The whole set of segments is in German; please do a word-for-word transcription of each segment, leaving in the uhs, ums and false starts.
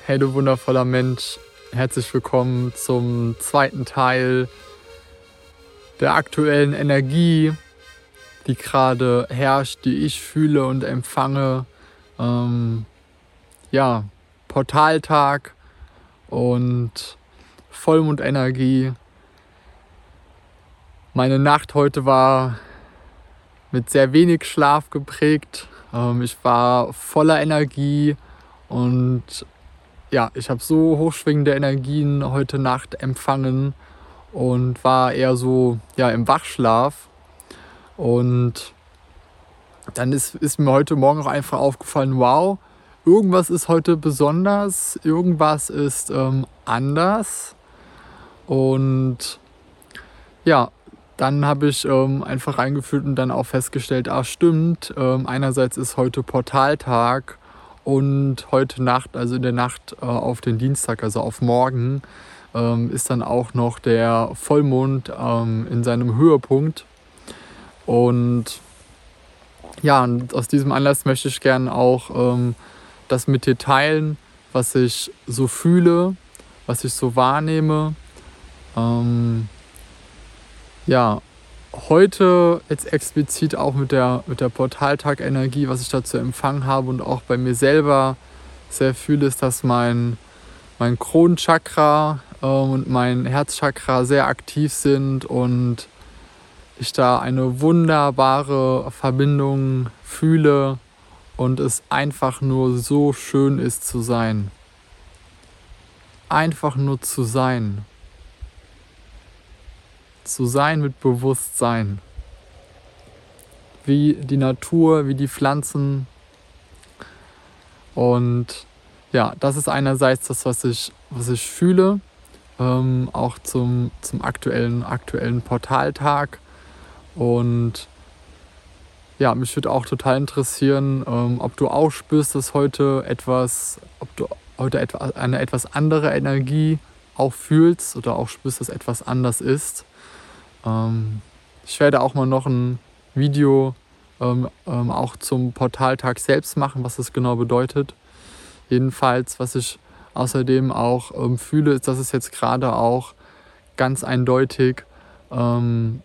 Hey du wundervoller Mensch, herzlich willkommen zum zweiten Teil der aktuellen Energie, die gerade herrscht, die ich fühle und empfange. Ähm, ja, Portaltag und Vollmondenergie. Meine Nacht heute war mit sehr wenig Schlaf geprägt. Ähm, ich war voller Energie und ja, ich habe so hochschwingende Energien heute Nacht empfangen und war eher so ja, im Wachschlaf. Und dann ist, ist mir heute Morgen auch einfach aufgefallen, wow, irgendwas ist heute besonders, irgendwas ist ähm, anders. Und ja, dann habe ich ähm, einfach reingefühlt und dann auch festgestellt, ah stimmt, ähm, einerseits ist heute Portaltag und heute Nacht, also in der Nacht äh, auf den Dienstag, also auf morgen, ähm, ist dann auch noch der Vollmond ähm, in seinem Höhepunkt. Und ja, und aus diesem Anlass möchte ich gerne auch ähm, das mit dir teilen, was ich so fühle, was ich so wahrnehme. Ähm, ja, heute jetzt explizit auch mit der, mit der Portaltag-Energie, was ich dazu empfangen habe und auch bei mir selber sehr fühle, ist, dass mein, mein Kronenchakra äh, und mein Herzchakra sehr aktiv sind und ich da eine wunderbare Verbindung fühle und es einfach nur so schön ist zu sein. Einfach nur zu sein. Zu sein mit Bewusstsein. Wie die Natur, wie die Pflanzen. Und ja, das ist einerseits das, was ich, was ich fühle, ähm, auch zum, zum aktuellen, aktuellen Portaltag. Und ja, mich würde auch total interessieren, ähm, ob du auch spürst, dass heute etwas, ob du heute etwa, eine etwas andere Energie auch fühlst oder auch spürst, dass etwas anders ist. Ähm, ich werde auch mal noch ein Video ähm, ähm, auch zum Portaltag selbst machen, was das genau bedeutet. Jedenfalls, was ich außerdem auch ähm, fühle, ist, dass es jetzt gerade auch ganz eindeutig ähm,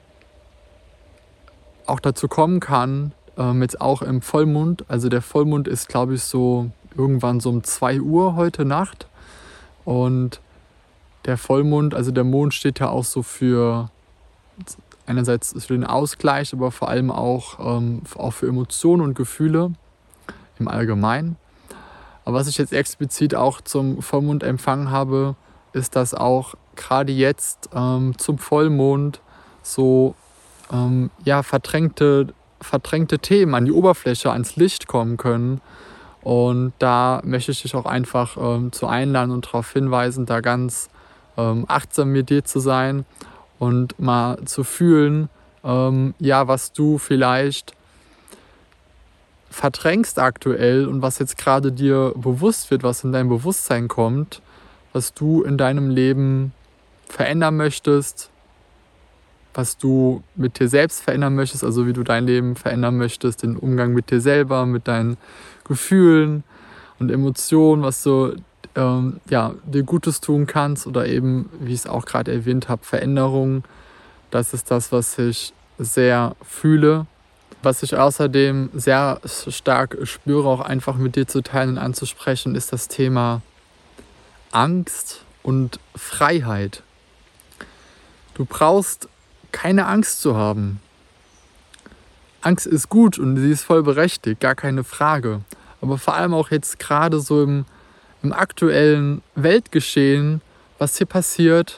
auch dazu kommen kann, ähm, jetzt auch im Vollmond, also der Vollmond ist, glaube ich, so irgendwann so um zwei Uhr heute Nacht und der Vollmond, also der Mond steht ja auch so für, einerseits für den Ausgleich, aber vor allem auch, ähm, auch für Emotionen und Gefühle im Allgemeinen. Aber was ich jetzt explizit auch zum Vollmond empfangen habe, ist, dass auch gerade jetzt ähm, zum Vollmond so ähm, ja, verdrängte, verdrängte Themen an die Oberfläche, ans Licht kommen können. Und da möchte ich dich auch einfach ähm, zu einladen und darauf hinweisen, da ganz ähm, achtsam mit dir zu sein und mal zu fühlen, ähm, ja, was du vielleicht verdrängst aktuell und was jetzt gerade dir bewusst wird, was in dein Bewusstsein kommt, was du in deinem Leben verändern möchtest, was du mit dir selbst verändern möchtest, also wie du dein Leben verändern möchtest, den Umgang mit dir selber, mit deinen Gefühlen und Emotionen, was du ähm, ja, dir Gutes tun kannst oder eben, wie ich es auch gerade erwähnt habe, Veränderungen. Das ist das, was ich sehr fühle. Was ich außerdem sehr stark spüre, auch einfach mit dir zu teilen und anzusprechen, ist das Thema Angst und Freiheit. Du brauchst keine Angst zu haben. Angst ist gut und sie ist voll berechtigt, gar keine Frage. Aber vor allem auch jetzt gerade so im, im aktuellen Weltgeschehen, was hier passiert,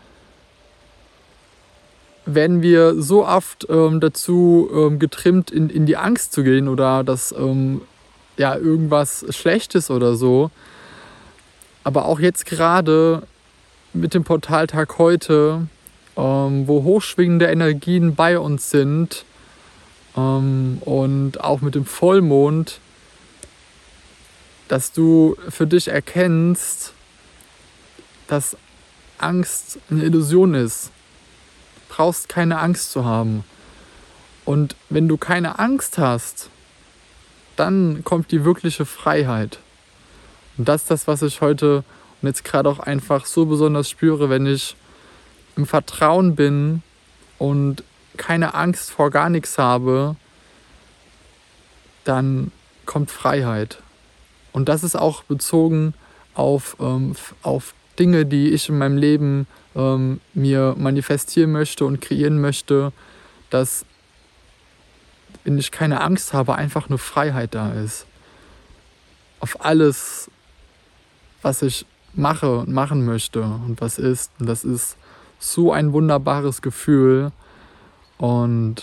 werden wir so oft ähm, dazu ähm, getrimmt, in, in die Angst zu gehen oder dass ähm, ja, irgendwas Schlechtes oder so. Aber auch jetzt gerade mit dem Portaltag heute, ähm, wo hochschwingende Energien bei uns sind ähm, und auch mit dem Vollmond, dass du für dich erkennst, dass Angst eine Illusion ist. Du brauchst keine Angst zu haben. Und wenn du keine Angst hast, dann kommt die wirkliche Freiheit. Und das ist das, was ich heute und jetzt gerade auch einfach so besonders spüre, wenn ich im Vertrauen bin und keine Angst vor gar nichts habe, dann kommt Freiheit. Und das ist auch bezogen auf, ähm, auf Dinge, die ich in meinem Leben ähm, mir manifestieren möchte und kreieren möchte, dass, wenn ich keine Angst habe, einfach nur Freiheit da ist. Auf alles, was ich mache und machen möchte und was ist. Und das ist so ein wunderbares Gefühl. Und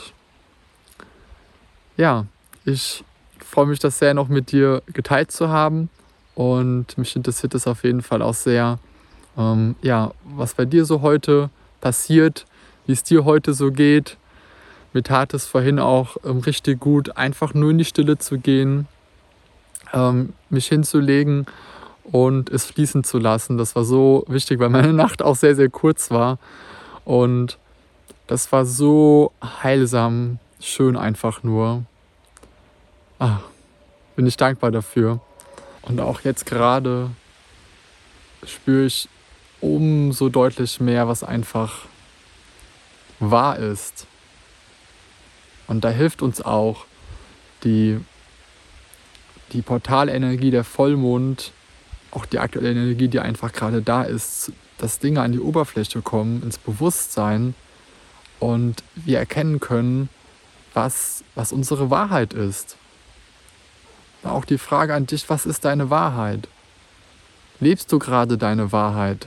ja, ich freue mich, das sehr noch mit dir geteilt zu haben. Und mich interessiert es auf jeden Fall auch sehr, ähm, ja, was bei dir so heute passiert, wie es dir heute so geht. Mir tat es vorhin auch ähm, richtig gut, einfach nur in die Stille zu gehen, ähm, mich hinzulegen und es fließen zu lassen. Das war so wichtig, weil meine Nacht auch sehr, sehr kurz war. Und das war so heilsam, schön einfach nur. Ah, bin ich dankbar dafür. Und auch jetzt gerade spüre ich umso deutlich mehr, was einfach wahr ist. Und da hilft uns auch die, die Portalenergie, der Vollmond, auch die aktuelle Energie, die einfach gerade da ist, dass Dinge an die Oberfläche kommen, ins Bewusstsein und wir erkennen können, was, was unsere Wahrheit ist. Auch die Frage an dich, was ist deine Wahrheit? Lebst du gerade deine Wahrheit?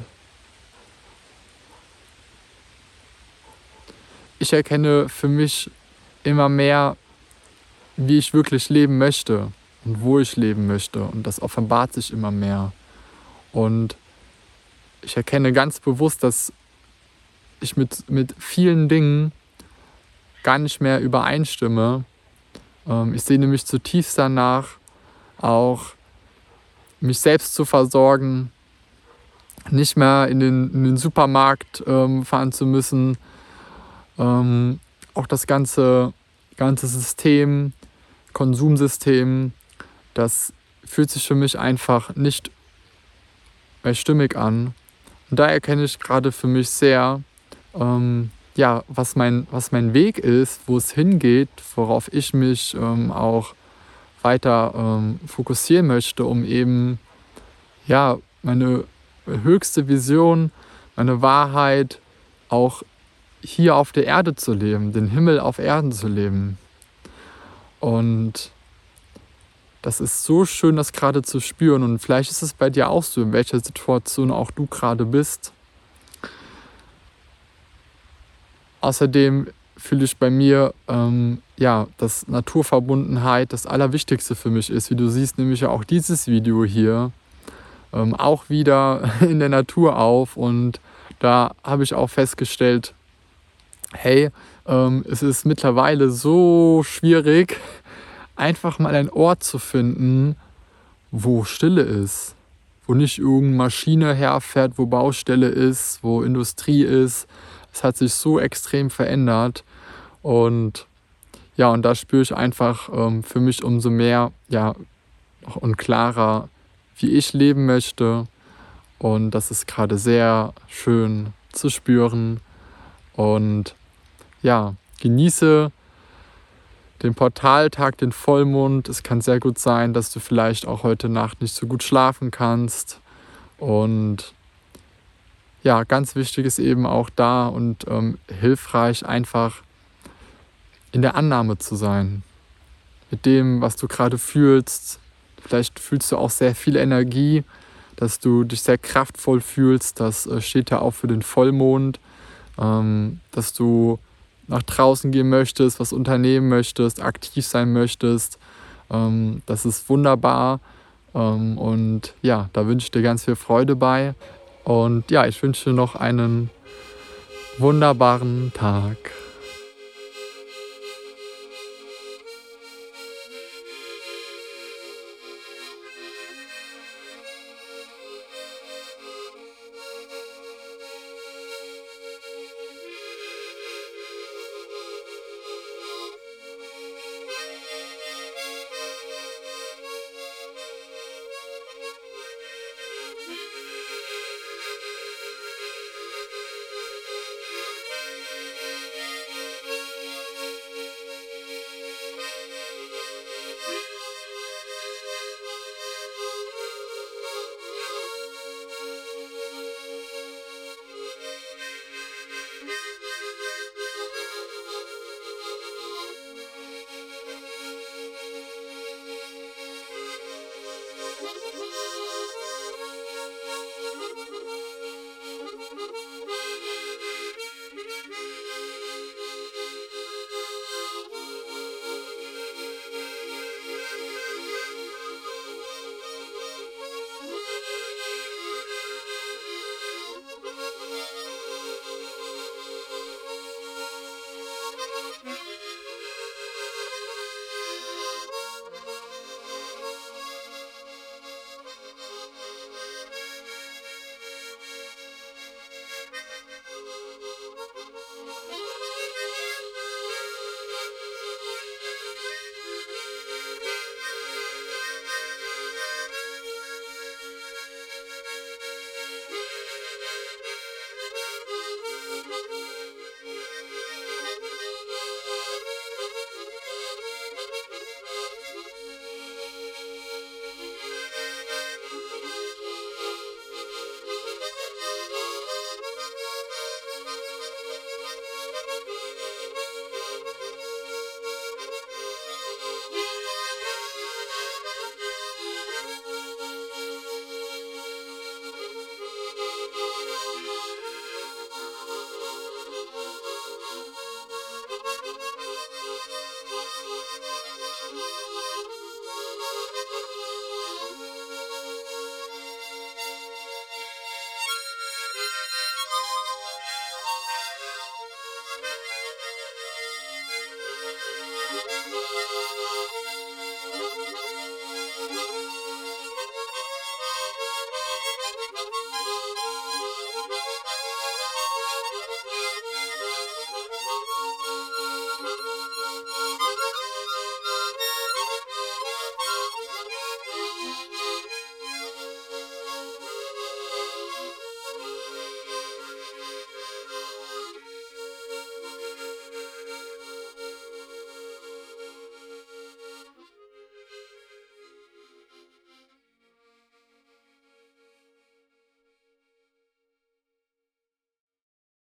Ich erkenne für mich immer mehr, wie ich wirklich leben möchte und wo ich leben möchte. Und das offenbart sich immer mehr. Und ich erkenne ganz bewusst, dass ich mit, mit vielen Dingen gar nicht mehr übereinstimme. Ähm, ich sehne mich zutiefst danach, auch mich selbst zu versorgen, nicht mehr in den, in den Supermarkt ähm, fahren zu müssen. Ähm, auch das ganze, ganze System, Konsumsystem, das fühlt sich für mich einfach nicht mehr stimmig an. Und da erkenne ich gerade für mich sehr, ähm, ja, was mein, was mein Weg ist, wo es hingeht, worauf ich mich ähm, auch weiter ähm, fokussieren möchte, um eben ja, meine höchste Vision, meine Wahrheit auch hier auf der Erde zu leben, den Himmel auf Erden zu leben. Und das ist so schön, das gerade zu spüren. Und vielleicht ist es bei dir auch so, in welcher Situation auch du gerade bist. Außerdem fühle ich bei mir, ähm, ja, dass Naturverbundenheit das Allerwichtigste für mich ist. Wie du siehst, nehme ich ja auch dieses Video hier ähm, auch wieder in der Natur auf. Und da habe ich auch festgestellt, hey, ähm, es ist mittlerweile so schwierig, einfach mal einen Ort zu finden, wo Stille ist. Wo nicht irgendeine Maschine herfährt, wo Baustelle ist, wo Industrie ist. Es hat sich so extrem verändert. Und ja, und da spüre ich einfach ähm, für mich umso mehr, ja, und klarer, wie ich leben möchte. Und das ist gerade sehr schön zu spüren. Und ja, genieße den Portaltag, den Vollmond. Es kann sehr gut sein, dass du vielleicht auch heute Nacht nicht so gut schlafen kannst. Und ja, ganz wichtig ist eben auch da und ähm, hilfreich einfach in der Annahme zu sein. Mit dem, was du gerade fühlst. Vielleicht fühlst du auch sehr viel Energie, dass du dich sehr kraftvoll fühlst. Das äh, steht ja auch für den Vollmond. Ähm, dass du nach draußen gehen möchtest, was unternehmen möchtest, aktiv sein möchtest. Ähm, das ist wunderbar. Ähm, und ja, da wünsche ich dir ganz viel Freude bei. Und ja, ich wünsche dir noch einen wunderbaren Tag.